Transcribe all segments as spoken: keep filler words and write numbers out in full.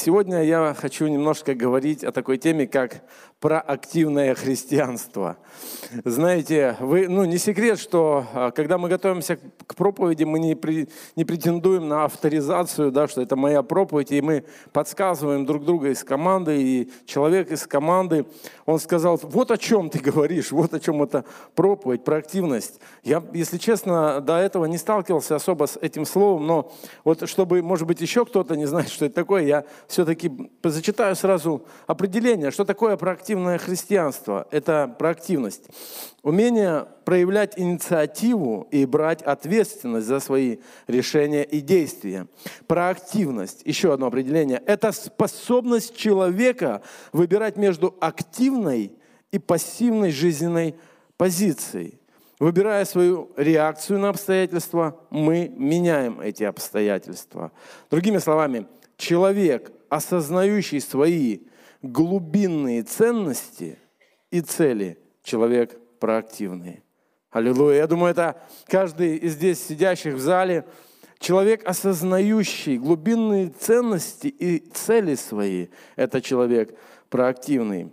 сегодня я хочу немножко говорить о такой теме, как проактивное христианство. Знаете, вы, ну, не секрет, что когда мы готовимся к проповеди, мы не, при, не претендуем на авторизацию, да, что это моя проповедь, и мы подсказываем друг друга из команды, и человек из команды, он сказал, вот о чем ты говоришь, вот о чем это проповедь, проактивность. Я, если честно, до этого не сталкивался особо с этим словом, но вот чтобы, может быть, еще кто-то не знает, что это такое, я все-таки зачитаю сразу определение, что такое проактивное христианство. Это проактивность. Умение проявлять инициативу и брать ответственность за свои решения и действия. Проактивность, еще одно определение, это способность человека выбирать между активной и пассивной жизненной позицией. Выбирая свою реакцию на обстоятельства, мы меняем эти обстоятельства. Другими словами, человек, осознающий свои глубинные ценности и цели, человек проактивный. Аллилуйя. Я думаю, это каждый из здесь сидящих в зале, человек, осознающий глубинные ценности и цели свои, это человек проактивный.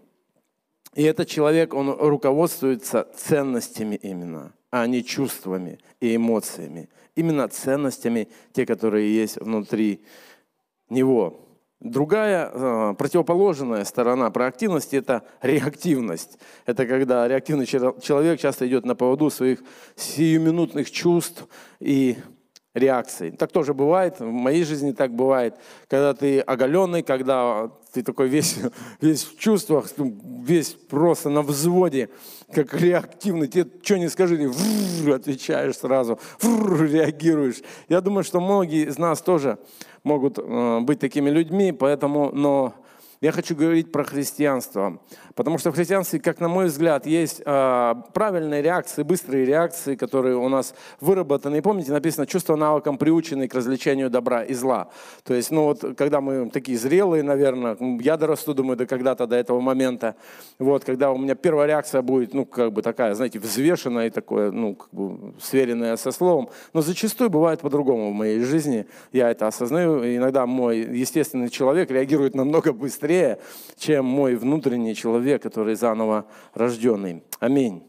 И этот человек, он руководствуется ценностями именно, а не чувствами и эмоциями. Именно ценностями, те, которые есть внутри него. Другая, э, противоположная сторона проактивности – это реактивность. Это когда реактивный человек часто идет на поводу своих сиюминутных чувств и реакций. Так тоже бывает, в моей жизни так бывает, когда ты оголенный, когда ты такой весь, весь в чувствах, весь просто на взводе, как реактивный, тебе что не скажи, ты отвечаешь сразу, реагируешь. Я думаю, что многие из нас тоже могут э, быть такими людьми, поэтому, но я хочу говорить про христианство, потому что в христианстве, как на мой взгляд, есть э, правильные реакции, быстрые реакции, которые у нас выработаны. И помните, написано, чувство навыком приученный к развлечению добра и зла. То есть, ну вот, когда мы такие зрелые, наверное, я дорасту, думаю, до когда-то, до этого момента, вот, когда у меня первая реакция будет, ну, как бы такая, знаете, взвешенная и такое, ну, как бы сверенная со словом. Но зачастую бывает по-другому в моей жизни. Я это осознаю. Иногда мой естественный человек реагирует намного быстрее, чем мой внутренний человек, который заново рожденный. Аминь.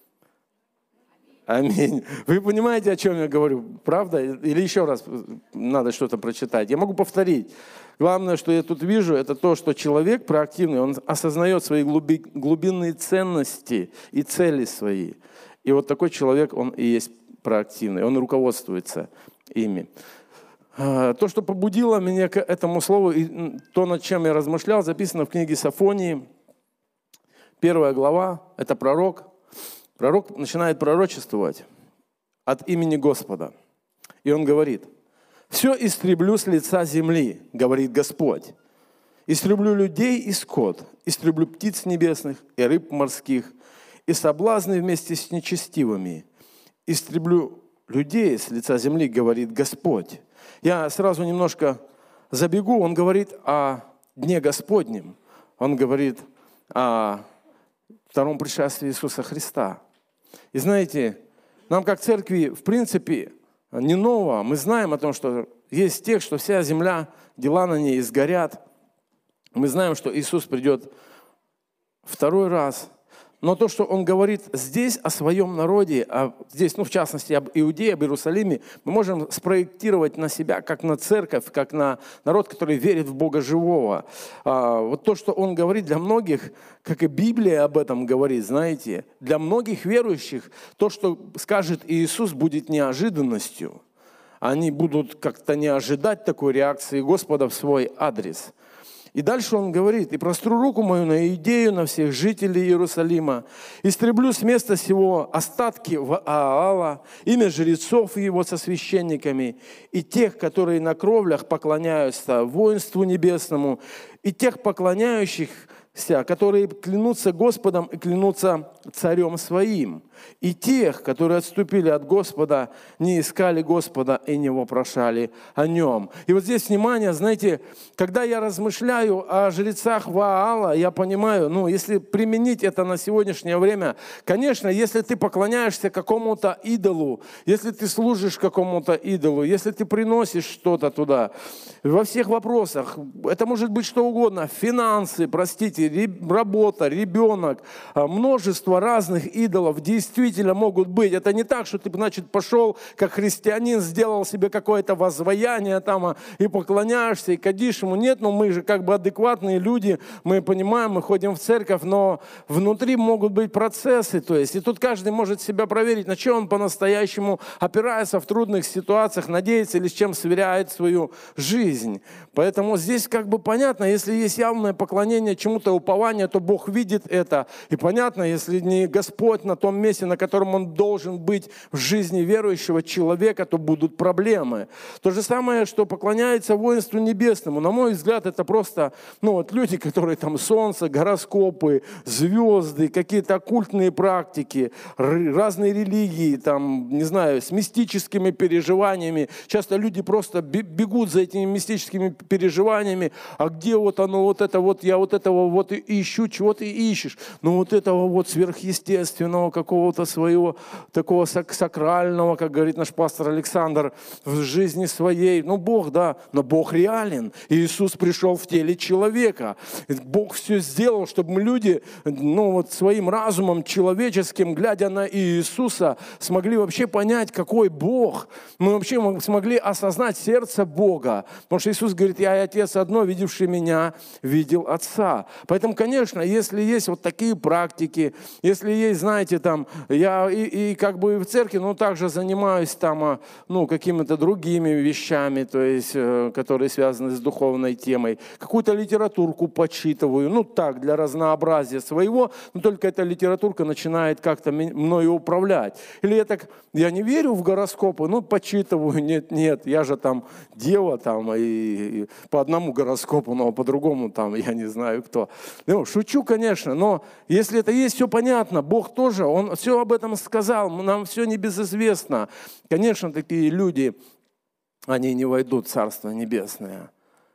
Аминь. Вы понимаете, о чем я говорю? Правда? Или еще раз надо что-то прочитать? Я могу повторить. Главное, что я тут вижу, это то, что человек проактивный, он осознает свои глуби, глубинные ценности и цели свои. И вот такой человек, он и есть проактивный, он руководствуется ими. То, что побудило меня к этому слову, и то, над чем я размышлял, записано в книге Софонии, первая глава, это пророк. Пророк начинает пророчествовать от имени Господа. И он говорит, «Все истреблю с лица земли, говорит Господь. Истреблю людей и скот, истреблю птиц небесных и рыб морских, и соблазны вместе с нечестивыми. Истреблю людей с лица земли, говорит Господь». Я сразу немножко забегу. Он говорит о Дне Господнем. Он говорит о втором пришествии Иисуса Христа. И знаете, нам как церкви, в принципе, не ново. Мы знаем о том, что есть текст, что вся земля, дела на ней сгорят. Мы знаем, что Иисус придет второй раз. Но то, что Он говорит здесь о своем народе, а здесь, ну, в частности, об Иудее, об Иерусалиме, мы можем спроектировать на себя, как на церковь, как на народ, который верит в Бога живого. А, вот то, что Он говорит для многих, как и Библия об этом говорит, знаете, для многих верующих то, что скажет Иисус, будет неожиданностью. Они будут как-то не ожидать такой реакции Господа в свой адрес. И дальше он говорит, «И простру руку мою на Иудею, на всех жителей Иерусалима, истреблю с места сего остатки Ваала, имя жрецов его со священниками, и тех, которые на кровлях поклоняются воинству небесному, и тех поклоняющих которые клянутся Господом и клянутся царем своим. И тех, которые отступили от Господа, не искали Господа и не вопрошали о Нем. И вот здесь внимание, знаете, когда я размышляю о жрецах Ваала, я понимаю, ну, если применить это на сегодняшнее время, конечно, если ты поклоняешься какому-то идолу, если ты служишь какому-то идолу, если ты приносишь что-то туда, во всех вопросах, это может быть что угодно, финансы, простите, работа, ребенок, множество разных идолов действительно могут быть. Это не так, что ты, значит, пошел, как христианин, сделал себе какое-то воззваяние там и поклоняешься, и кадишь ему. Нет, ну мы же как бы адекватные люди, мы понимаем, мы ходим в церковь, но внутри могут быть процессы, то есть, и тут каждый может себя проверить, на чем он по-настоящему опирается в трудных ситуациях, надеется или с чем сверяет свою жизнь. Поэтому здесь как бы понятно, если есть явное поклонение чему-то, упование, то Бог видит это. И понятно, если не Господь на том месте, на котором Он должен быть в жизни верующего человека, то будут проблемы. То же самое, что поклоняется воинству небесному. На мой взгляд, это просто ну, вот люди, которые там солнце, гороскопы, звезды, какие-то оккультные практики, разные религии, там, не знаю, с мистическими переживаниями. Часто люди просто бегут за этими мистическими переживаниями. А где вот оно, вот это вот, я вот этого вот и ищу, чего ты ищешь? Ну вот этого вот сверхъестественного, какого-то своего такого сакрального, как говорит наш пастор Александр, в жизни своей. Ну Бог, да, но Бог реален. И Иисус пришел в теле человека. Бог все сделал, чтобы мы люди, ну вот своим разумом человеческим, глядя на Иисуса, смогли вообще понять, какой Бог. Мы вообще смогли осознать сердце Бога. Потому что Иисус говорит, я и Отец одно, видевший меня, видел Отца. Поэтому, конечно, если есть вот такие практики, если есть, знаете, там, я и, и как бы в церкви, но также занимаюсь там, ну, какими-то другими вещами, то есть, которые связаны с духовной темой, какую-то литературку почитываю, ну, так, для разнообразия своего, но только эта литературка начинает как-то мною управлять. Или я так, я не верю в гороскопы, ну, почитываю, нет, нет, я же там дева, там, и, и по одному гороскопу, но по другому там, я не знаю кто. Ну, шучу, конечно, но если это есть, все понятно. Бог тоже, Он все об этом сказал, нам все небезызвестно. Конечно, такие люди, они не войдут в Царство Небесное.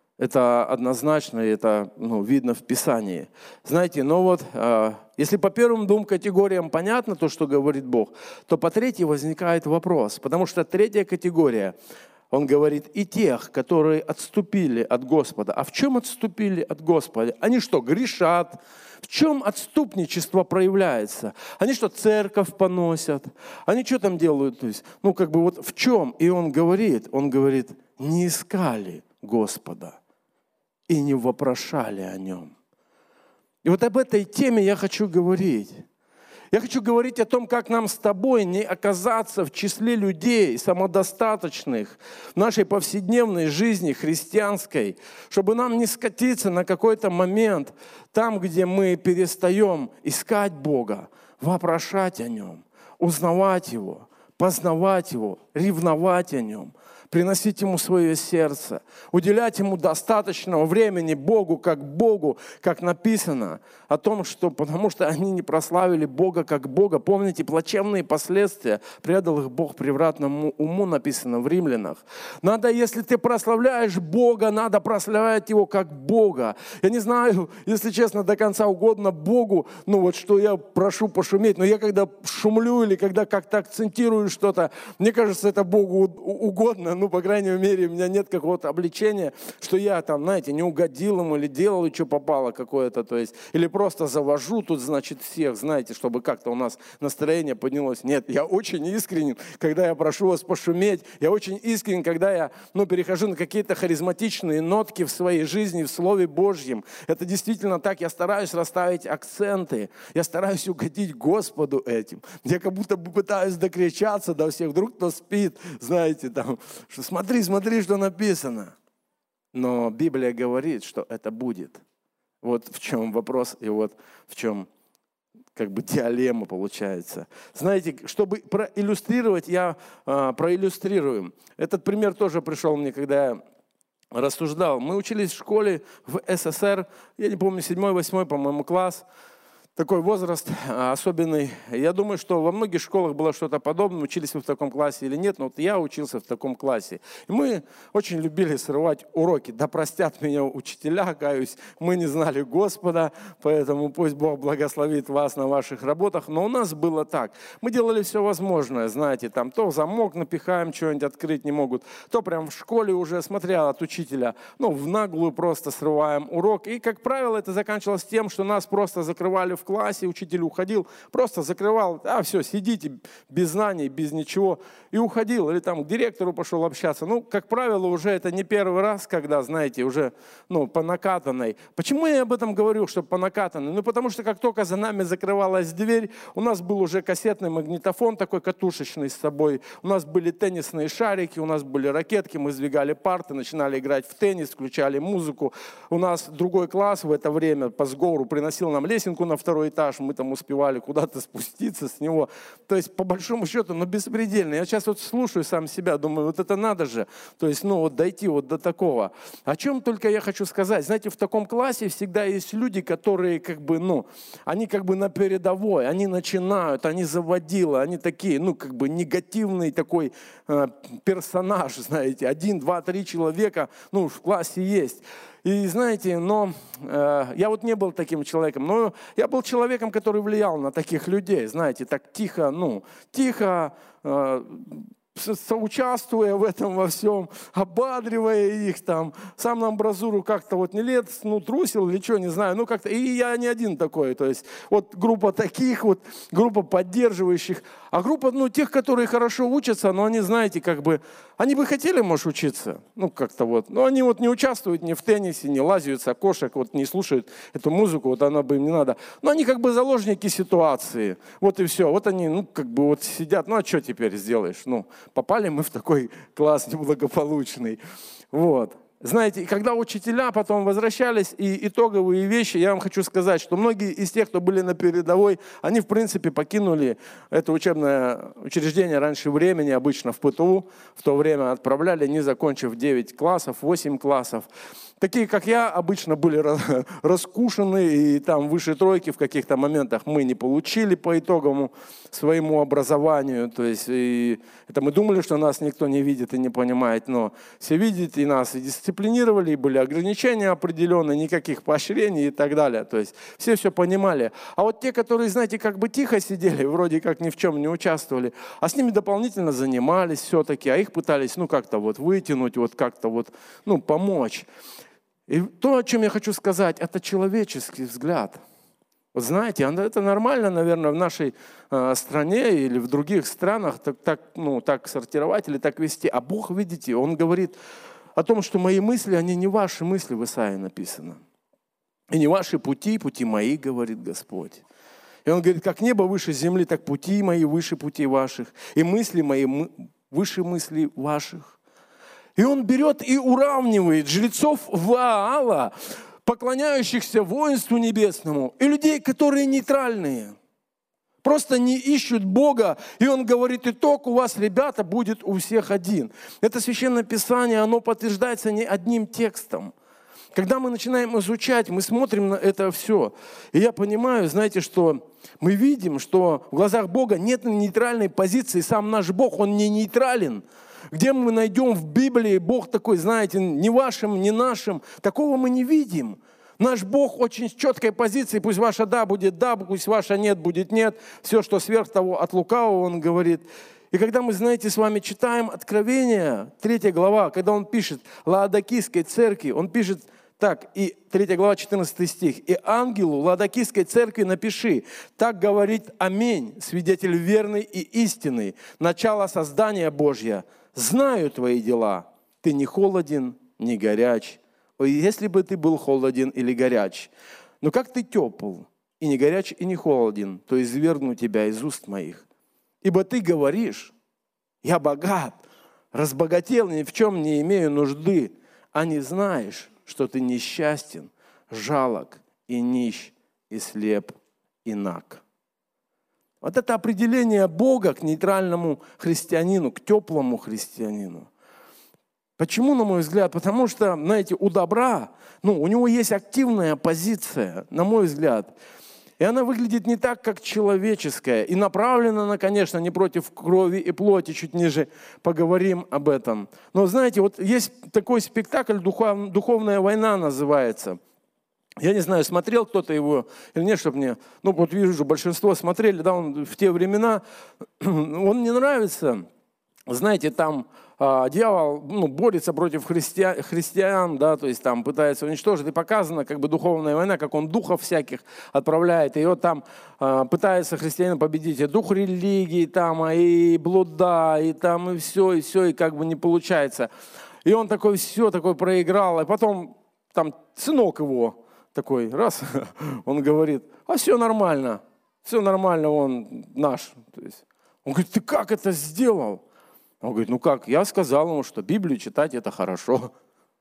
Это однозначно, это ну, видно в Писании. Знаете, но вот э, если по первым двум категориям понятно то, что говорит Бог, то по третьей возникает вопрос. Потому что третья категория, Он говорит, и тех, которые отступили от Господа. А в чем отступили от Господа? Они что, грешат? В чем отступничество проявляется? Они что, церковь поносят? Они что там делают? То есть, ну, как бы вот в чем? И Он говорит, Он говорит, не искали Господа и не вопрошали о Нем. И вот об этой теме я хочу говорить. Я хочу говорить о том, как нам с тобой не оказаться в числе людей самодостаточных в нашей повседневной жизни христианской, чтобы нам не скатиться на какой-то момент там, где мы перестаем искать Бога, вопрошать о Нем, узнавать Его, познавать Его, ревновать о Нем, приносить Ему свое сердце, уделять Ему достаточного времени Богу, как Богу, как написано о том, что потому что они не прославили Бога как Бога. Помните, плачевные последствия, предал их Бог превратному уму, написано в Римлянах. Надо, если ты прославляешь Бога, надо прославлять Его как Бога. Я не знаю, если честно, до конца угодно Богу, ну вот что я прошу пошуметь, но я когда шумлю или когда как-то акцентирую что-то, мне кажется, это Богу угодно. Ну, по крайней мере, у меня нет какого-то обличения, что я там, знаете, не угодил ему или делал, и что попало какое-то, то есть, или просто завожу тут, значит, всех, знаете, чтобы как-то у нас настроение поднялось. Нет, я очень искренен, когда я прошу вас пошуметь, я очень искренен, когда я, ну, перехожу на какие-то харизматичные нотки в своей жизни, в Слове Божьем. Это действительно так, я стараюсь расставить акценты, я стараюсь угодить Господу этим. Я как будто бы пытаюсь докричаться до всех, вдруг кто спит, знаете, там, что смотри, смотри, что написано. Но Библия говорит, что это будет. Вот в чем вопрос и вот в чем как бы диалемма получается. Знаете, чтобы проиллюстрировать, я э, проиллюстрирую. Этот пример тоже пришел мне, когда я рассуждал. Мы учились в школе в СССР, я не помню, седьмой, восьмой, по-моему, класс. Такой возраст особенный. Я думаю, что во многих школах было что-то подобное. Учились вы в таком классе или нет, но вот я учился в таком классе. И мы очень любили срывать уроки. Да простят меня учителя, каюсь, мы не знали Господа, поэтому пусть Бог благословит вас на ваших работах. Но у нас было так. Мы делали все возможное, знаете, там то замок напихаем, что-нибудь открыть не могут, то прям в школе уже, смотря от учителя, ну, в наглую просто срываем урок. И, как правило, это заканчивалось тем, что нас просто закрывали в классе, учитель уходил, просто закрывал, а все, сидите без знаний, без ничего, и уходил, или там к директору пошел общаться. Ну, как правило, уже это не первый раз, когда, знаете, уже, ну, по накатанной. Почему я об этом говорю, что по накатанной? Ну, потому что как только за нами закрывалась дверь, у нас был уже кассетный магнитофон такой катушечный с собой, у нас были теннисные шарики, у нас были ракетки, мы сдвигали парты, начинали играть в теннис, включали музыку. У нас другой класс в это время по сговору приносил нам лесенку на второй этаж, мы там успевали куда-то спуститься с него. То есть, по большому счету, ну, беспредельно. Я сейчас вот слушаю сам себя, думаю, вот это надо же. То есть, ну, вот дойти вот до такого. О чем только я хочу сказать. Знаете, в таком классе всегда есть люди, которые как бы, ну, они как бы на передовой, они начинают, они заводилы, они такие, ну, как бы негативный такой э, персонаж, знаете. Один, два, три человека, ну, в классе есть. И знаете, но э, я вот не был таким человеком, но я был человеком, который влиял на таких людей, знаете, так тихо, ну, тихо, э, соучаствуя в этом во всем, ободривая их там, сам на амбразуру как-то вот не лет, ну, трусил или что, не знаю, ну, как-то, и я не один такой, то есть, вот группа таких, вот группа поддерживающих, а группа, ну, тех, которые хорошо учатся, но они, знаете, как бы, они бы хотели, может, учиться, ну, как-то вот, но они вот не участвуют ни в теннисе, не лазят с окошек, вот не слушают эту музыку, вот она бы им не надо, но они как бы заложники ситуации, вот и все, вот они, ну, как бы вот сидят, ну, а что теперь сделаешь, ну, попали мы в такой класс неблагополучный. Вот. Знаете, когда учителя потом возвращались, и итоговые вещи, я вам хочу сказать, что многие из тех, кто были на передовой, они, в принципе, покинули это учебное учреждение раньше времени, обычно в ПТУ, в то время отправляли, не закончив девять классов, восемь классов. Такие, как я, обычно были раскушены, и там выше тройки в каких-то моментах мы не получили по итоговому своему образованию. То есть, и это мы думали, что нас никто не видит и не понимает, но все видят, и нас и дисциплинировали, и были ограничения определенные, никаких поощрений и так далее. То есть, все все понимали. А вот те, которые, знаете, как бы тихо сидели, вроде как ни в чем не участвовали, а с ними дополнительно занимались все-таки, а их пытались, ну, как-то вот вытянуть, вот как-то вот, ну, помочь. И то, о чем я хочу сказать, это человеческий взгляд. Вот знаете, это нормально, наверное, в нашей э, стране или в других странах так, так, ну, так сортировать или так вести. А Бог, видите, Он говорит о том, что мои мысли, они не ваши мысли, в Исаии написано. И не ваши пути, пути мои, говорит Господь. И Он говорит, как небо выше земли, так пути мои выше путей ваших, и мысли мои выше мыслей ваших. И он берет и уравнивает жрецов Ваала, поклоняющихся воинству небесному, и людей, которые нейтральные, просто не ищут Бога. И он говорит, итог у вас, ребята, будет у всех один. Это Священное Писание, оно подтверждается не одним текстом. Когда мы начинаем изучать, мы смотрим на это все. И я понимаю, знаете, что мы видим, что в глазах Бога нет нейтральной позиции. Сам наш Бог, Он не нейтрален. Где мы найдем в Библии Бог такой, знаете, не вашим, не нашим. Такого мы не видим. Наш Бог очень с четкой позицией. Пусть ваша да будет да, пусть ваша нет будет нет. Все, что сверх того от лукавого, Он говорит. И когда мы, знаете, с вами читаем Откровение, третья глава, когда Он пишет Лаодикийской церкви, Он пишет так, и третья глава, четырнадцатый стих. «И ангелу Лаодикийской церкви напиши, так говорит Аминь, свидетель верный и истинный, начало создания Божье. Знаю твои дела, ты не холоден, не горяч. Ой, если бы ты был холоден или горяч, но как ты тепл, и не горяч, и не холоден, то извергну тебя из уст моих. Ибо ты говоришь, я богат, разбогател, ни в чем не имею нужды, а не знаешь, что ты несчастен, жалок и нищ, и слеп, и наг». Вот это определение Бога к нейтральному христианину, к теплому христианину. Почему, на мой взгляд? Потому что, знаете, у добра, ну, у него есть активная позиция, на мой взгляд. И она выглядит не так, как человеческая. И направлена она, конечно, не против крови и плоти. Чуть ниже поговорим об этом. Но знаете, вот есть такой спектакль «Духов, «Духовная война» называется. Я не знаю, смотрел кто-то его или нет, чтобы мне... Ну, вот вижу, большинство смотрели, да, он в те времена. Он мне нравится. Знаете, там а, дьявол ну, борется против христиан, христиан, да, то есть там пытается уничтожить. И показана как бы духовная война, как он духов всяких отправляет. И вот там а, пытается христианин победить и дух религии, там, и блуда, и там, и все, и все, и как бы не получается. И он такой все, такой проиграл. И потом там сынок его такой, раз, он говорит, а все нормально, все нормально, он наш. То есть, он говорит, ты как это сделал? Он говорит, ну как, я сказал ему, что Библию читать это хорошо.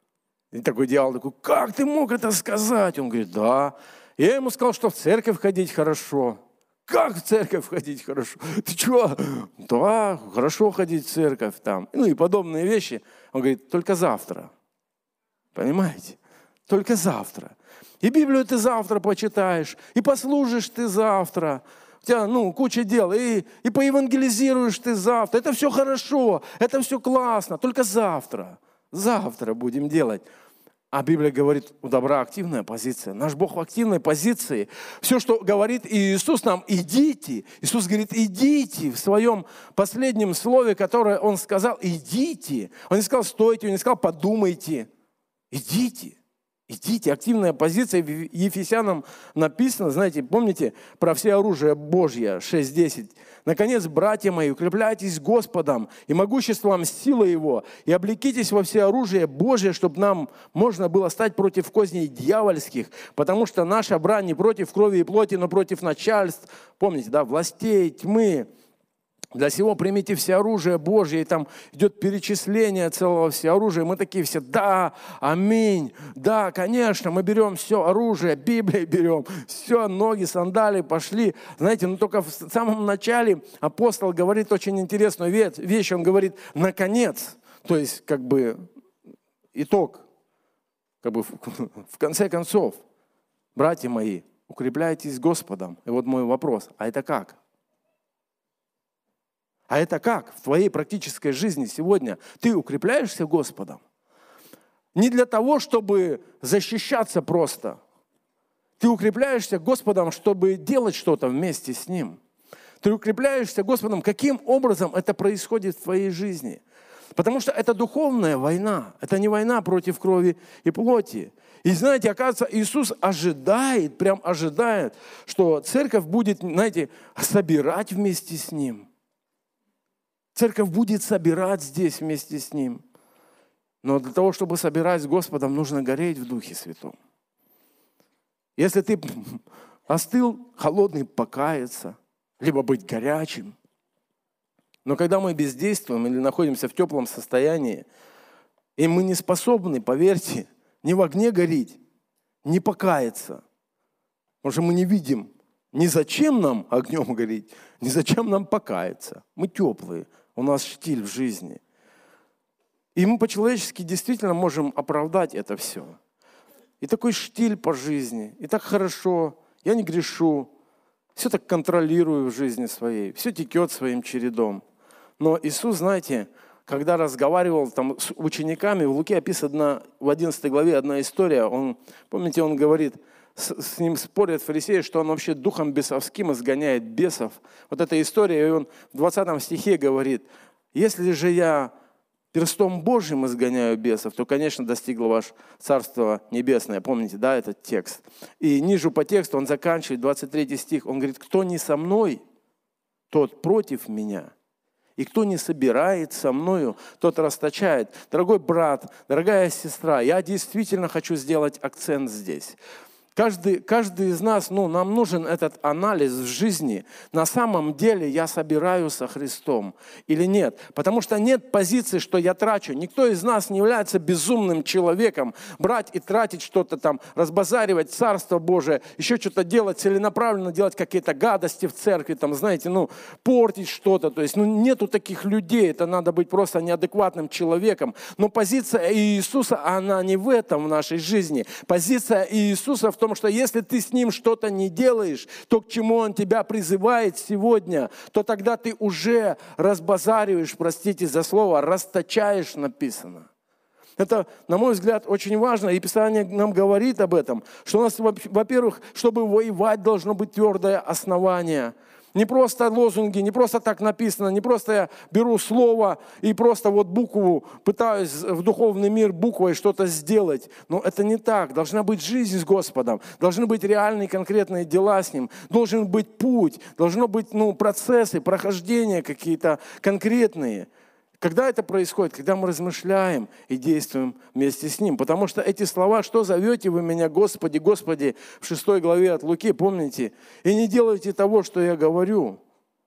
И такой дьявол такой, как ты мог это сказать? Он говорит, да. И я ему сказал, что в церковь ходить хорошо. Как в церковь ходить хорошо? Ты что? Да, хорошо ходить в церковь там. Ну и подобные вещи. Он говорит, только завтра. Понимаете? Только завтра. И Библию ты завтра почитаешь, и послужишь ты завтра. У тебя, ну, куча дел, и, и поевангелизируешь ты завтра. Это все хорошо, это все классно, только завтра. Завтра будем делать. А Библия говорит, у добра активная позиция. Наш Бог в активной позиции. Все, что говорит Иисус нам, идите. Иисус говорит, идите в своем последнем слове, которое Он сказал, идите. Он не сказал, стойте, Он не сказал, подумайте. Идите. Идите, активная позиция. В Ефесянам написано, знаете, помните про все оружие Божье, шесть десять. Наконец, братья мои, укрепляйтесь Господом и могуществом силы Его, и облекитесь во все оружие Божье, чтобы нам можно было стать против козней дьявольских, потому что наша брань не против крови и плоти, но против начальств, помните, да, властей, тьмы. Для сего примите все оружие Божье, и там идет перечисление целого всеоружия. Мы такие все, да, аминь, да, конечно, мы берем все оружие, Библию берем, все, ноги, сандалии, пошли. Знаете, но только в самом начале апостол говорит очень интересную вещь, он говорит, наконец, то есть как бы итог, как бы в конце концов, братья мои, укрепляйтесь Господом. И вот мой вопрос, а это как? А это как в твоей практической жизни сегодня? Ты укрепляешься Господом? Не для того, чтобы защищаться просто. Ты укрепляешься Господом, чтобы делать что-то вместе с Ним. Ты укрепляешься Господом, каким образом это происходит в твоей жизни. Потому что это духовная война. Это не война против крови и плоти. И знаете, оказывается, Иисус ожидает, прям ожидает, что церковь будет, знаете, собирать вместе с Ним. Церковь будет собирать здесь вместе с Ним. Но для того, чтобы собирать с Господом, нужно гореть в Духе Святом. Если ты остыл, холодный, покаяться, либо быть горячим. Но когда мы бездействуем или находимся в теплом состоянии, и мы не способны, поверьте, ни в огне гореть, ни покаяться, потому что мы не видим, ни зачем нам огнем гореть, ни зачем нам покаяться. Мы теплые. У нас штиль в жизни. И мы по-человечески действительно можем оправдать это все. И такой штиль по жизни, и так хорошо, я не грешу, все так контролирую в жизни своей, все текет своим чередом. Но Иисус, знаете, когда разговаривал там с учениками, в Луке описана в одиннадцатой главе одна история, он, помните, он говорит, с, с ним спорят фарисеи, что он вообще духом бесовским изгоняет бесов. Вот эта история, и он в двадцатом стихе говорит, если же я перстом Божьим изгоняю бесов, то, конечно, достигло ваше Царство Небесное. Помните, да, этот текст? И ниже по тексту он заканчивает, двадцать третий стих, он говорит, кто не со мной, тот против меня. И кто не собирает со мною, тот расточает. Дорогой брат, дорогая сестра, я действительно хочу сделать акцент здесь. Каждый, каждый из нас, ну, нам нужен этот анализ в жизни. На самом деле я собираюсь со Христом или нет? Потому что нет позиции, что я трачу. Никто из нас не является безумным человеком. Брать и тратить что-то там, разбазаривать Царство Божие, еще что-то делать, целенаправленно делать какие-то гадости в церкви, там, знаете, ну, портить что-то. То есть, ну, нету таких людей. Это надо быть просто неадекватным человеком. Но позиция Иисуса, она не в этом в нашей жизни. Позиция Иисуса в том, что если ты с Ним что-то не делаешь, то, к чему Он тебя призывает сегодня, то тогда ты уже разбазариваешь, простите за слово, расточаешь, написано. Это, на мой взгляд, очень важно, и Писание нам говорит об этом, что у нас, во-первых, чтобы воевать, должно быть твердое основание. Не просто лозунги, не просто так написано, не просто я беру слово и просто вот букву пытаюсь в духовный мир буквой что-то сделать. Но это не так. Должна быть жизнь с Господом, должны быть реальные конкретные дела с Ним, должен быть путь, должны быть ну, процессы, прохождения какие-то конкретные. Когда это происходит? Когда мы размышляем и действуем вместе с Ним. Потому что эти слова, что зовете вы меня, Господи, Господи, в шестой главе от Луки, помните? И не делайте того, что я говорю.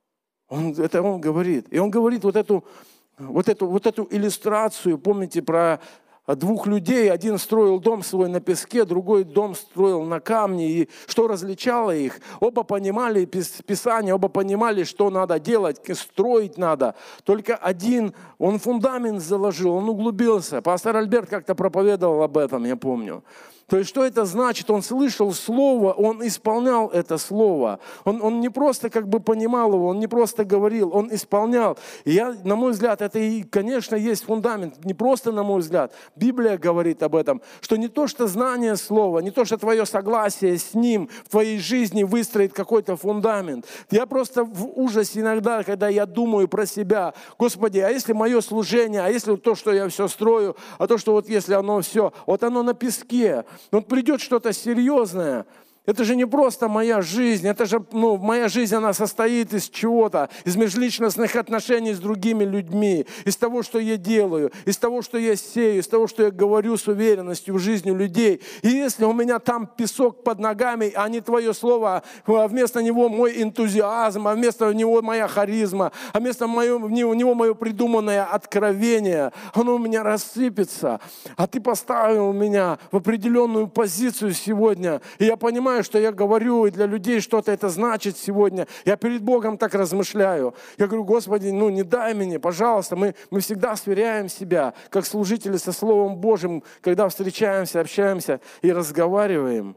Он, это Он говорит. И Он говорит вот эту, вот, эту, вот эту иллюстрацию, помните, про двух людей. Один строил дом свой на песке, другой дом строил на камне. И что различало их? Оба понимали Писание, оба понимали, что надо делать, строить надо. Только один, он фундамент заложил, он углубился. Пастор Альберт как-то проповедовал об этом, я помню. То есть, что это значит? Он слышал слово, он исполнял это слово. Он, он не просто как бы понимал его, он не просто говорил, он исполнял. И я, на мой взгляд, это и, конечно, есть фундамент. Не просто на мой взгляд. Библия говорит об этом, что не то, что знание слова, не то, что твое согласие с ним в твоей жизни выстроит какой-то фундамент. Я просто в ужасе иногда, когда я думаю про себя, Господи, а если мое служение, а если то, что я все строю, а то, что вот если оно все, вот оно на песке, вот придет что-то серьезное. Это же не просто моя жизнь, это же, ну, моя жизнь, она состоит из чего-то, из межличностных отношений с другими людьми, из того, что я делаю, из того, что я сею, из того, что я говорю с уверенностью в жизни людей. И если у меня там песок под ногами, а не твое слово, а вместо него мой энтузиазм, а вместо него моя харизма, а вместо моего, у него мое придуманное откровение, оно у меня рассыпется. А ты поставил меня в определенную позицию сегодня, и я понимаю, что я говорю, и для людей что-то это значит сегодня. Я перед Богом так размышляю. Я говорю, Господи, ну не дай мне, пожалуйста. Мы, мы всегда сверяем себя, как служители со Словом Божьим, когда встречаемся, общаемся и разговариваем.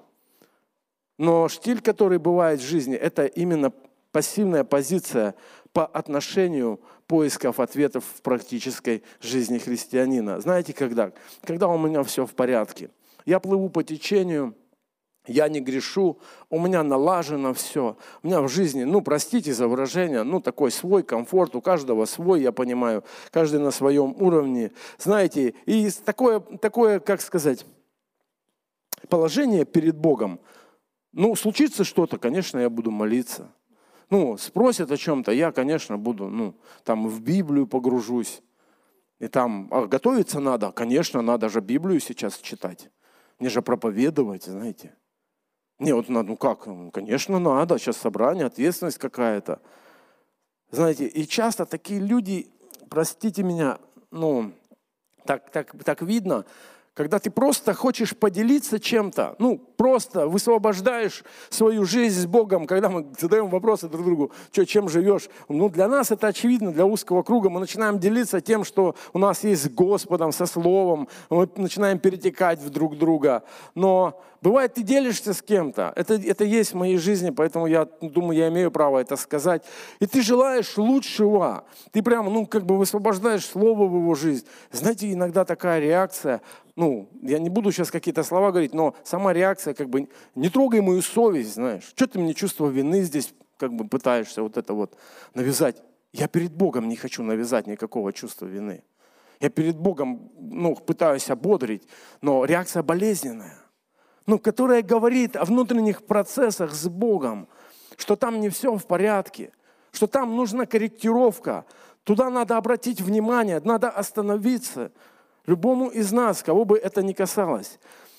Но штиль, который бывает в жизни, это именно пассивная позиция по отношению поисков ответов в практической жизни христианина. Знаете, когда? Когда у меня все в порядке. Я плыву по течению, я не грешу, у меня налажено все. У меня в жизни, ну, простите за выражение, ну, такой свой комфорт, у каждого свой, я понимаю, каждый на своем уровне. Знаете, и такое, такое, как сказать, положение перед Богом. Ну, случится что-то, конечно, я буду молиться. Ну, спросят о чем-то, я, конечно, буду, ну, там в Библию погружусь. И там, а готовиться надо, конечно, надо же Библию сейчас читать. Мне же проповедовать, знаете. Не, вот надо, ну как, конечно, надо, сейчас собрание, ответственность какая-то. Знаете, и часто такие люди, простите меня, ну, так, так, так видно, когда ты просто хочешь поделиться чем-то, ну, просто высвобождаешь свою жизнь с Богом, когда мы задаем вопросы друг другу, что, чем живешь. Ну, для нас это очевидно, для узкого круга. Мы начинаем делиться тем, что у нас есть с Господом, со Словом. Мы начинаем перетекать в друг друга. Но бывает, ты делишься с кем-то. Это, это есть в моей жизни, поэтому я думаю, я имею право это сказать. И ты желаешь лучшего. Ты прямо, ну, как бы высвобождаешь Слово в его жизнь. Знаете, иногда такая реакция, ну, я не буду сейчас какие-то слова говорить, но сама реакция, как бы, не трогай мою совесть, знаешь. Что ты мне чувство вины здесь, как бы, пытаешься вот это вот навязать? Я перед Богом не хочу навязать никакого чувства вины. Я перед Богом, ну, пытаюсь ободрить, но реакция болезненная, ну, которая говорит о внутренних процессах с Богом, что там не все в порядке, что там нужна корректировка, туда надо обратить внимание, надо остановиться. Любому из нас, кого бы это ни касалось.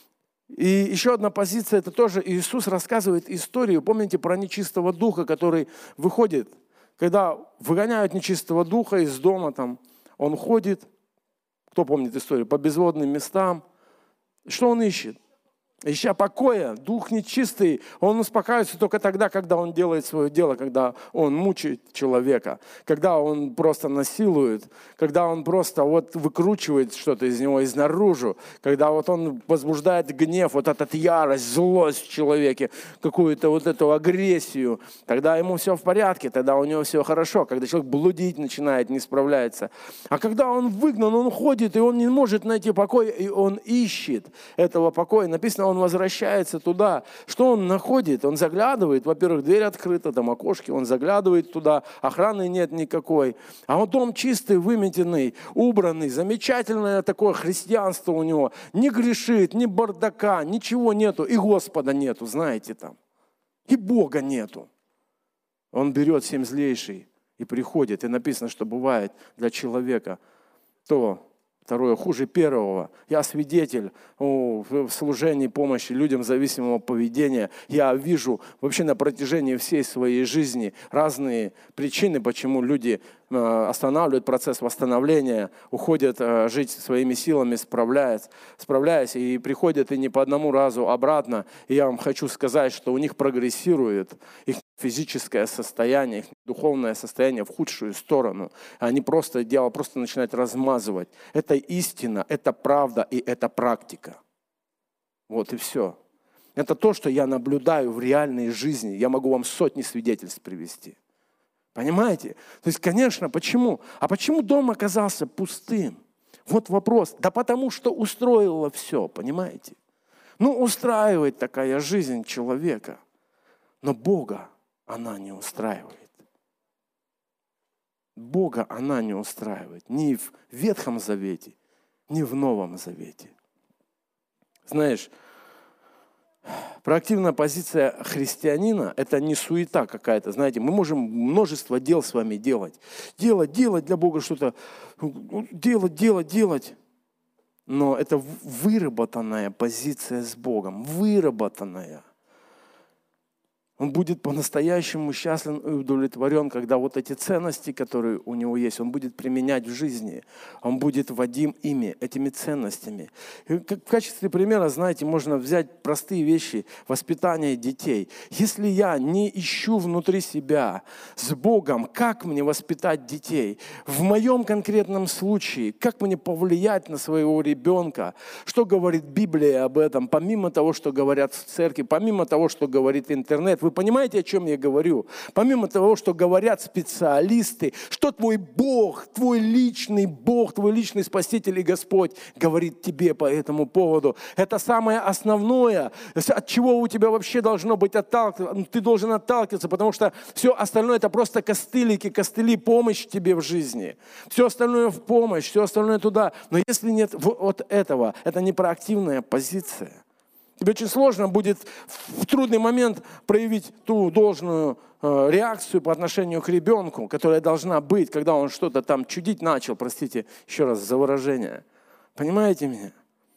И еще одна позиция, это тоже Иисус рассказывает историю, помните, про нечистого духа, который выходит, когда выгоняют нечистого духа из дома, там, он ходит, кто помнит историю, по безводным местам. Что он ищет? Ища покоя, дух нечистый, он успокаивается только тогда, когда он делает свое дело, когда он мучает человека, когда он просто насилует, когда он просто вот выкручивает что-то из него изнаружи, когда вот он возбуждает гнев, вот этот ярость, злость в человеке, какую-то вот эту агрессию, тогда ему все в порядке, тогда у него все хорошо, когда человек блудить начинает, не справляется. А когда он выгнан, он ходит, и он не может найти покой, и он ищет этого покоя. Написано, он возвращается туда. Что он находит? Он заглядывает. Во-первых, дверь открыта, там окошки. Он заглядывает туда. Охраны нет никакой. А вот дом чистый, выметенный, убранный. Замечательное такое христианство у него. Не грешит, ни бардака, ничего нету. И Господа нету, знаете там. И Бога нету. Он берет семь злейший и приходит. И написано, что бывает для человека то... Второе, хуже первого. Я свидетель о, в служении помощи людям зависимого поведения. Я вижу вообще на протяжении всей своей жизни разные причины, почему люди э, останавливают процесс восстановления, уходят э, жить своими силами, справляясь, справляясь, и приходят и не по одному разу обратно. И я вам хочу сказать, что у них прогрессирует их физическое состояние, их духовное состояние в худшую сторону. Они просто дело просто начинают размазывать. Это истина, это правда и это практика. Вот и все. Это то, что я наблюдаю в реальной жизни. Я могу вам сотни свидетельств привести. Понимаете? То есть, конечно, почему? А почему дом оказался пустым? Вот вопрос. Да потому что устроило все, понимаете? Ну, устраивает такая жизнь человека. Но Бога она не устраивает. Бога она не устраивает. Ни в Ветхом Завете, ни в Новом Завете. Знаешь, проактивная позиция христианина – это не суета какая-то. Знаете, мы можем множество дел с вами делать. Делать, делать для Бога что-то. Делать, делать, делать. Но это выработанная позиция с Богом. Выработанная. Он будет по-настоящему счастлив и удовлетворен, когда вот эти ценности, которые у него есть, он будет применять в жизни. Он будет водим ими, этими ценностями. И в качестве примера, знаете, можно взять простые вещи воспитания детей. Если я не ищу внутри себя с Богом, как мне воспитать детей? В моем конкретном случае, как мне повлиять на своего ребенка? Что говорит Библия об этом? Помимо того, что говорят в церкви, помимо того, что говорит интернет, вы понимаете, о чем я говорю? Помимо того, что говорят специалисты, что твой Бог, твой личный Бог, твой личный Спаситель и Господь говорит тебе по этому поводу. Это самое основное, от чего у тебя вообще должно быть отталкиваться. Ты должен отталкиваться, потому что все остальное это просто костылики, костыли, помощь тебе в жизни. Все остальное в помощь, все остальное туда. Но если нет вот этого, это не проактивная позиция. Тебе очень сложно будет в трудный момент проявить ту должную э, реакцию по отношению к ребенку, которая должна быть, когда он что-то там чудить начал, простите еще раз за выражение. Понимаете меня?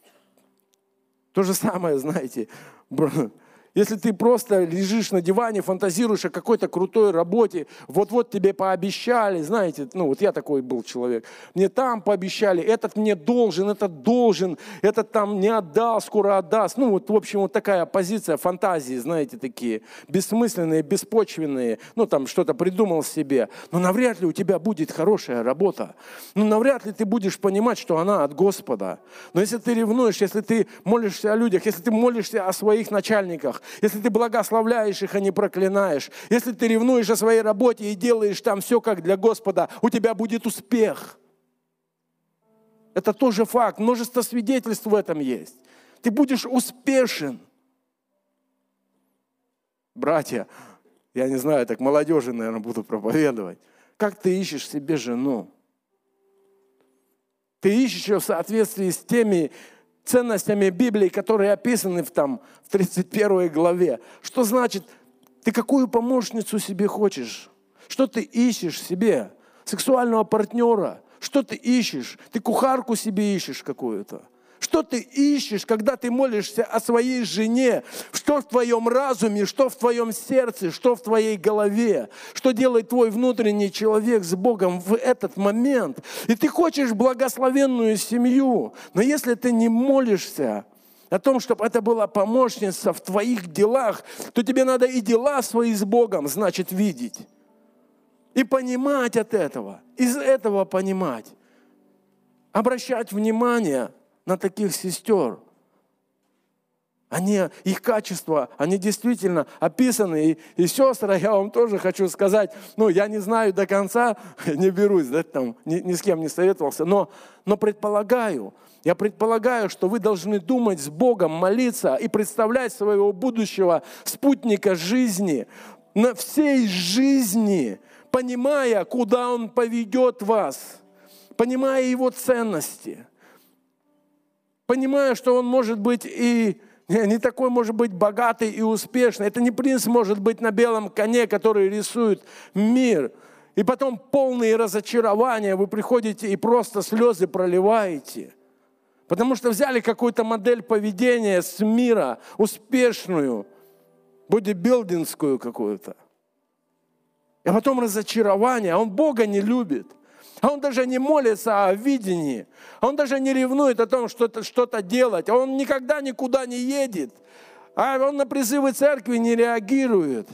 То же самое, знаете, если ты просто лежишь на диване, фантазируешь о какой-то крутой работе, вот-вот тебе пообещали, знаете, ну вот я такой был человек, мне там пообещали, этот мне должен, этот должен, этот там не отдал, скоро отдаст. Ну вот, в общем, вот такая позиция, фантазии, знаете, такие бессмысленные, беспочвенные, ну там что-то придумал себе. Но навряд ли у тебя будет хорошая работа. Ну навряд ли ты будешь понимать, что она от Господа. Но если ты ревнуешь, если ты молишься о людях, если ты молишься о своих начальниках, если ты благословляешь их, а не проклинаешь, если ты ревнуешь о своей работе и делаешь там все как для Господа, у тебя будет успех. Это тоже факт. Множество свидетельств в этом есть. Ты будешь успешен. Братья, я не знаю, так молодежи, наверное, буду проповедовать. Как ты ищешь себе жену? Ты ищешь ее в соответствии с теми ценностями Библии, которые описаны в, там, в тридцать первой главе. Что значит, ты какую помощницу себе хочешь? Что ты ищешь себе? Сексуального партнера? Что ты ищешь? Ты кухарку себе ищешь какую-то? Что ты ищешь, когда ты молишься о своей жене? Что в твоем разуме, что в твоем сердце, что в твоей голове? Что делает твой внутренний человек с Богом в этот момент? И ты хочешь благословенную семью, но если ты не молишься о том, чтобы это была помощница в твоих делах, то тебе надо и дела свои с Богом, значит, видеть. И понимать от этого, из этого понимать. Обращать внимание на таких сестер. Они, их качества, они действительно описаны. И, и сестры, я вам тоже хочу сказать, ну, я не знаю до конца, не берусь, да, там, ни, ни с кем не советовался, но, но предполагаю, я предполагаю, что вы должны думать с Богом, молиться и представлять своего будущего спутника жизни, на всей жизни, понимая, куда Он поведет вас, понимая Его ценности, понимая, что Он может быть и не такой, может быть, богатый и успешный. Это не принц может быть на белом коне, который рисует мир. И потом полные разочарования, вы приходите и просто слезы проливаете. Потому что взяли какую-то модель поведения с мира, успешную, бодибилдингскую какую-то. И потом разочарование, а он Бога не любит. А он даже не молится о видении. А он даже не ревнует о том, что-то, что-то делать. А он никогда никуда не едет. А он на призывы церкви не реагирует.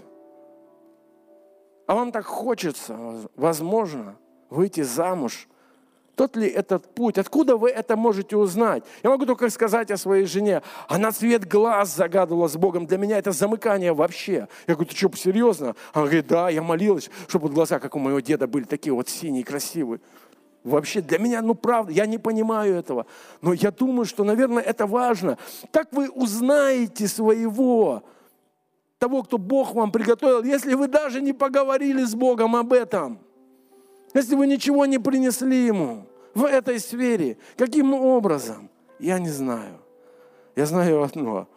А вам так хочется, возможно, выйти замуж. Тот ли этот путь? Откуда вы это можете узнать? Я могу только сказать о своей жене. Она цвет глаз загадывала с Богом. Для меня это замыкание вообще. Я говорю, ты что, серьезно? Она говорит, да, я молилась, чтобы глаза, как у моего деда, были такие вот синие, красивые. Вообще для меня, ну правда, я не понимаю этого. Но я думаю, что, наверное, это важно. Как вы узнаете своего, того, кто Бог вам приготовил, если вы даже не поговорили с Богом об этом? Если вы ничего не принесли Ему в этой сфере, каким образом? Я не знаю. Я знаю одно.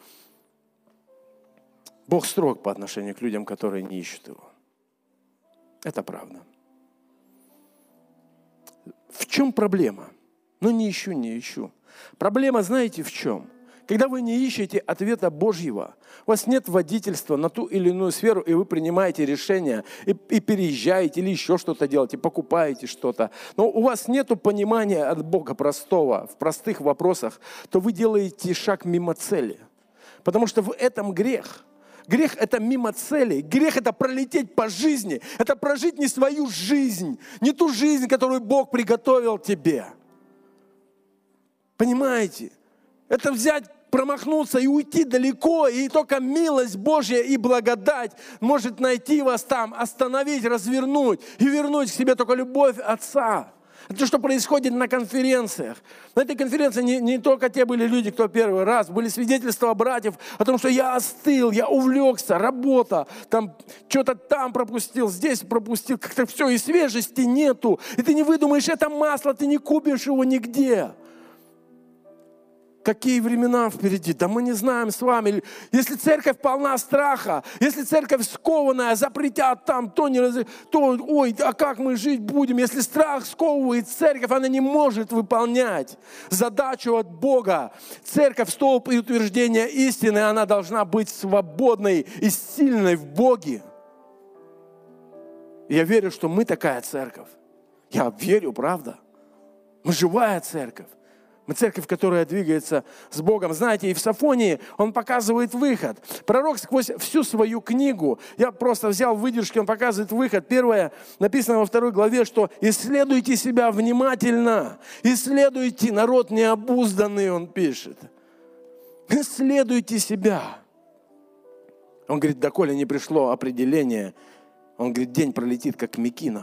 Бог строг по отношению к людям, которые не ищут Его. Это правда. В чем проблема? Ну, не ищу, не ищу. Проблема, знаете, в чем? Когда вы не ищете ответа Божьего, у вас нет водительства на ту или иную сферу, и вы принимаете решения, и, и переезжаете, или еще что-то делаете, покупаете что-то, но у вас нет понимания от Бога простого, в простых вопросах, то вы делаете шаг мимо цели. Потому что в этом грех. Грех – это мимо цели. Грех – это пролететь по жизни. Это прожить не свою жизнь, не ту жизнь, которую Бог приготовил тебе. Понимаете? Это взять, промахнуться и уйти далеко, и только милость Божья и благодать может найти вас там, остановить, развернуть и вернуть к себе только любовь Отца. Это что происходит на конференциях. На этой конференции не, не только те были люди, кто первый раз, были свидетельства братьев о том, что я остыл, я увлекся, работа, там что-то там пропустил, здесь пропустил, как-то все, и свежести нету. И ты не выдумаешь, это масло, ты не купишь его нигде. Какие времена впереди? Да мы не знаем с вами. Если церковь полна страха, если церковь скованная, запретят там, то не раз... то, ой, а как мы жить будем? Если страх сковывает церковь, она не может выполнять задачу от Бога. Церковь, столб и утверждение истины, она должна быть свободной и сильной в Боге. Я верю, что мы такая церковь. Я верю, правда. Мы живая церковь. Мы церковь, которая двигается с Богом. Знаете, и в Софонии он показывает выход. Пророк сквозь всю свою книгу, я просто взял выдержки, он показывает выход. Первое, написано во второй главе, что «исследуйте себя внимательно, исследуйте, народ необузданный», он пишет. «Исследуйте себя». Он говорит, доколе не пришло определение, он говорит, день пролетит, как мекина.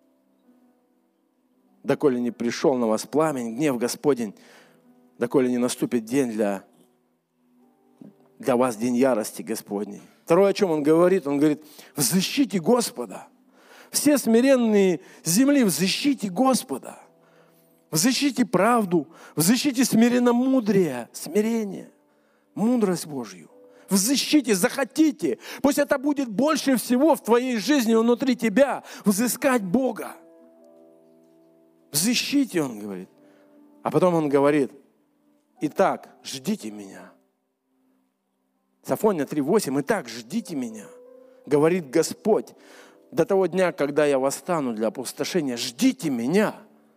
Доколе не пришел на вас пламень, гнев Господень, доколе не наступит день для, для вас, день ярости Господней. Второе, о чем он говорит, он говорит, взыщите Господа. Все смиренные земли, взыщите Господа. Взыщите правду, взыщите смиренно-мудрее, смирение, мудрость Божью. Взыщите, захотите. Пусть это будет больше всего в твоей жизни, внутри тебя, взыскать Бога. Взыщите, он говорит. А потом он говорит, Итак, ждите меня. Софония три восемь. Итак, ждите меня, говорит Господь, до того дня, когда я восстану для опустошения. Ждите меня.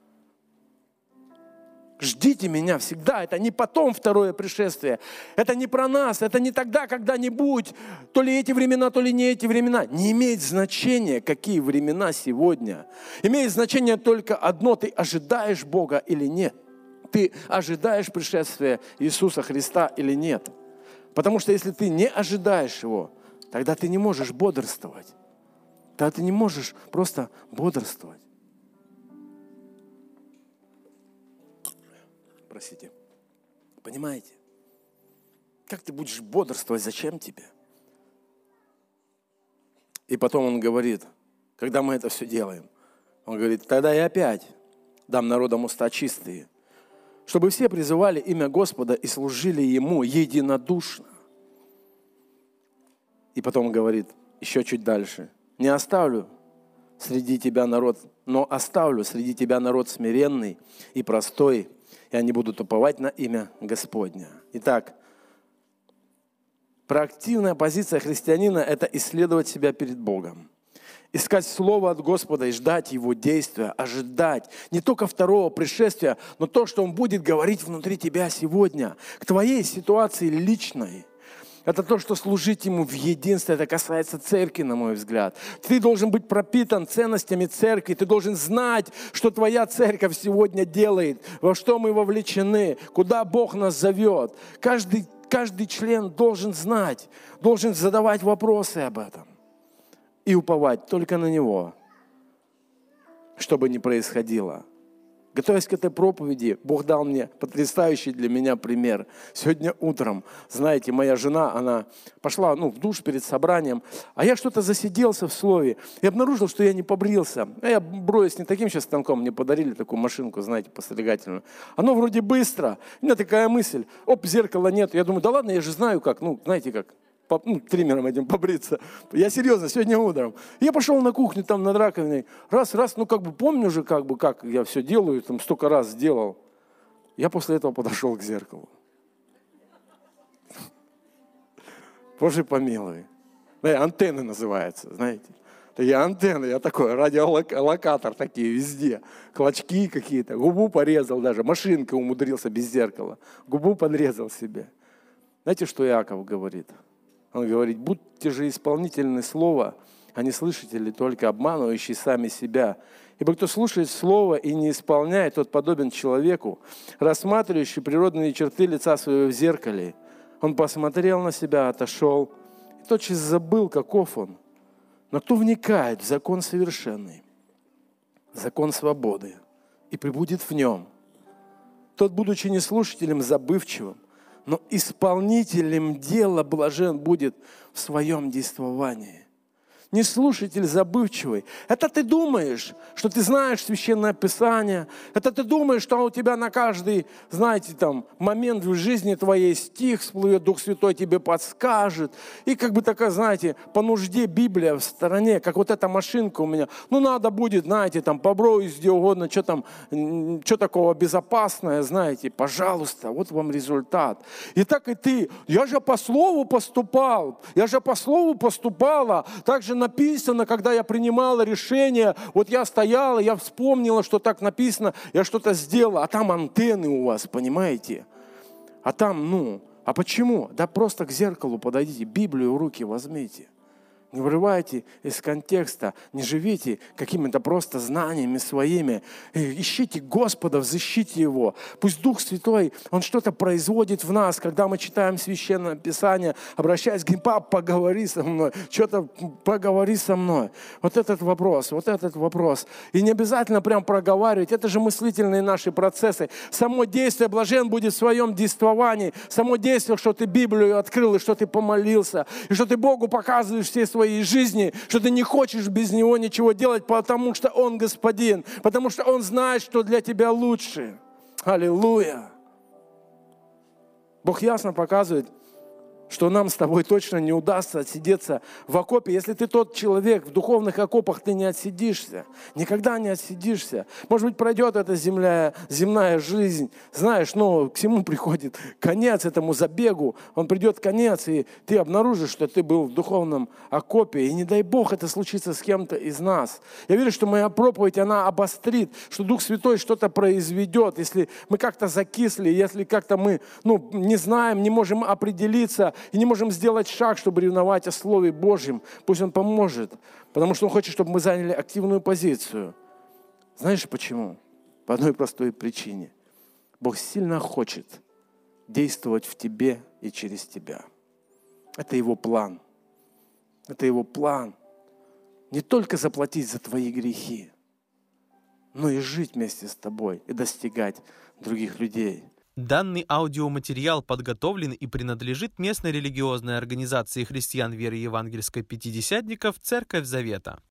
Ждите меня всегда. Это не потом второе пришествие. Это не про нас. Это не тогда, когда-нибудь. То ли эти времена, то ли не эти времена. Не имеет значения, какие времена сегодня. Имеет значение только одно. Ты ожидаешь Бога или нет. Ты ожидаешь пришествия Иисуса Христа или нет. Потому что если ты не ожидаешь Его, тогда ты не можешь бодрствовать. Тогда ты не можешь просто бодрствовать. Простите. Понимаете? Как ты будешь бодрствовать? Зачем тебе? И потом он говорит, когда мы это все делаем, он говорит, тогда я опять дам народам уста чистые, чтобы все призывали имя Господа и служили Ему единодушно. И потом говорит, еще чуть дальше, не оставлю среди тебя народ, но оставлю среди тебя народ смиренный и простой, и они будут уповать на имя Господня. Итак, проактивная позиция христианина – это исследовать себя перед Богом. Искать Слово от Господа и ждать Его действия, ожидать не только второго пришествия, но то, что Он будет говорить внутри тебя сегодня, к твоей ситуации личной. Это то, что служить Ему в единстве, это касается церкви, на мой взгляд. Ты должен быть пропитан ценностями церкви, ты должен знать, что твоя церковь сегодня делает, во что мы вовлечены, куда Бог нас зовет. Каждый, каждый член должен знать, должен задавать вопросы об этом и уповать только на Него, что бы ни происходило. Готовясь к этой проповеди, Бог дал мне потрясающий для меня пример. Сегодня утром, знаете, моя жена, она пошла ну, в душ перед собранием, а я что-то засиделся в слове и обнаружил, что я не побрился. А я броюсь не таким сейчас станком, мне подарили такую машинку, знаете, постригательную. Оно вроде быстро. У меня такая мысль, оп, зеркала нет. Я думаю, да ладно, я же знаю как, ну, знаете как. Ну, триммером этим побриться. Я серьезно, сегодня утром. Я пошел на кухню, там над раковиной. Раз, раз, ну как бы помню же, как бы, как я все делаю, там столько раз сделал. Я после этого подошел к зеркалу. Боже помилуй. Да, антенны называется, знаете. Это я антенны, я такой, радиолокатор такие везде. Клочки какие-то, губу порезал даже. Машинкой умудрился без зеркала. Губу подрезал себе. Знаете, что Иаков говорит? Он говорит, будьте же исполнительны слова, а не слышатели, только обманывающие сами себя. Ибо кто слушает слово и не исполняет, тот подобен человеку, рассматривающий природные черты лица своего в зеркале. Он посмотрел на себя, отошел, и тотчас забыл, каков он. Но кто вникает в закон совершенный, закон свободы, и пребудет в нем, тот, будучи не слушателем забывчивым, но исполнителем дела блажен будет в своем действовании. Не слушатель забывчивый. Это ты думаешь, что ты знаешь Священное Писание. Это ты думаешь, что у тебя на каждый, знаете, там, момент в жизни твоей стих всплывет, Дух Святой тебе подскажет. И как бы такая, знаете, по нужде Библия в стороне, как вот эта машинка у меня. Ну, надо будет, знаете, там, поброюсь где угодно, что там, что такого безопасное, знаете, пожалуйста, вот вам результат. И так и ты. Я же по слову поступал. Я же по слову поступала. Так же написано, когда я принимала решение, вот я стояла, я вспомнила, что так написано, я что-то сделала, а там антенны у вас, понимаете? А там, ну, а почему? Да просто к зеркалу подойдите, Библию в руки возьмите. Не вырывайте из контекста, не живите какими-то просто знаниями своими. Ищите Господа, взыщите Его. Пусть Дух Святой, Он что-то производит в нас, когда мы читаем Священное Писание, обращаясь к ним, пап, поговори со мной, что-то поговори со мной. Вот этот вопрос, вот этот вопрос. И не обязательно прям проговаривать, это же мыслительные наши процессы. Само действие, блажен будет в своем действовании, само действие, что ты Библию открыл, и что ты помолился, и что ты Богу показываешь все свои своей жизни, что ты не хочешь без Него ничего делать, потому что Он Господин, потому что Он знает, что для тебя лучше. Аллилуйя! Бог ясно показывает, что нам с тобой точно не удастся отсидеться в окопе. Если ты тот человек, в духовных окопах ты не отсидишься. Никогда не отсидишься. Может быть, пройдет эта земля, земная жизнь. Знаешь, ну, к всему приходит конец этому забегу. Он придет конец, и ты обнаружишь, что ты был в духовном окопе. И не дай Бог это случится с кем-то из нас. Я верю, что моя проповедь, она обострит, что Дух Святой что-то произведет. Если мы как-то закисли, если как-то мы ну, не знаем, не можем определиться, и не можем сделать шаг, чтобы ревновать о Слове Божьем. Пусть Он поможет, потому что Он хочет, чтобы мы заняли активную позицию. Знаешь почему? По одной простой причине. Бог сильно хочет действовать в тебе и через тебя. Это Его план. Это Его план. Не только заплатить за твои грехи, но и жить вместе с тобой и достигать других людей. Данный аудиоматериал подготовлен и принадлежит местной религиозной организации христиан веры евангельской пятидесятников «Церковь Завета».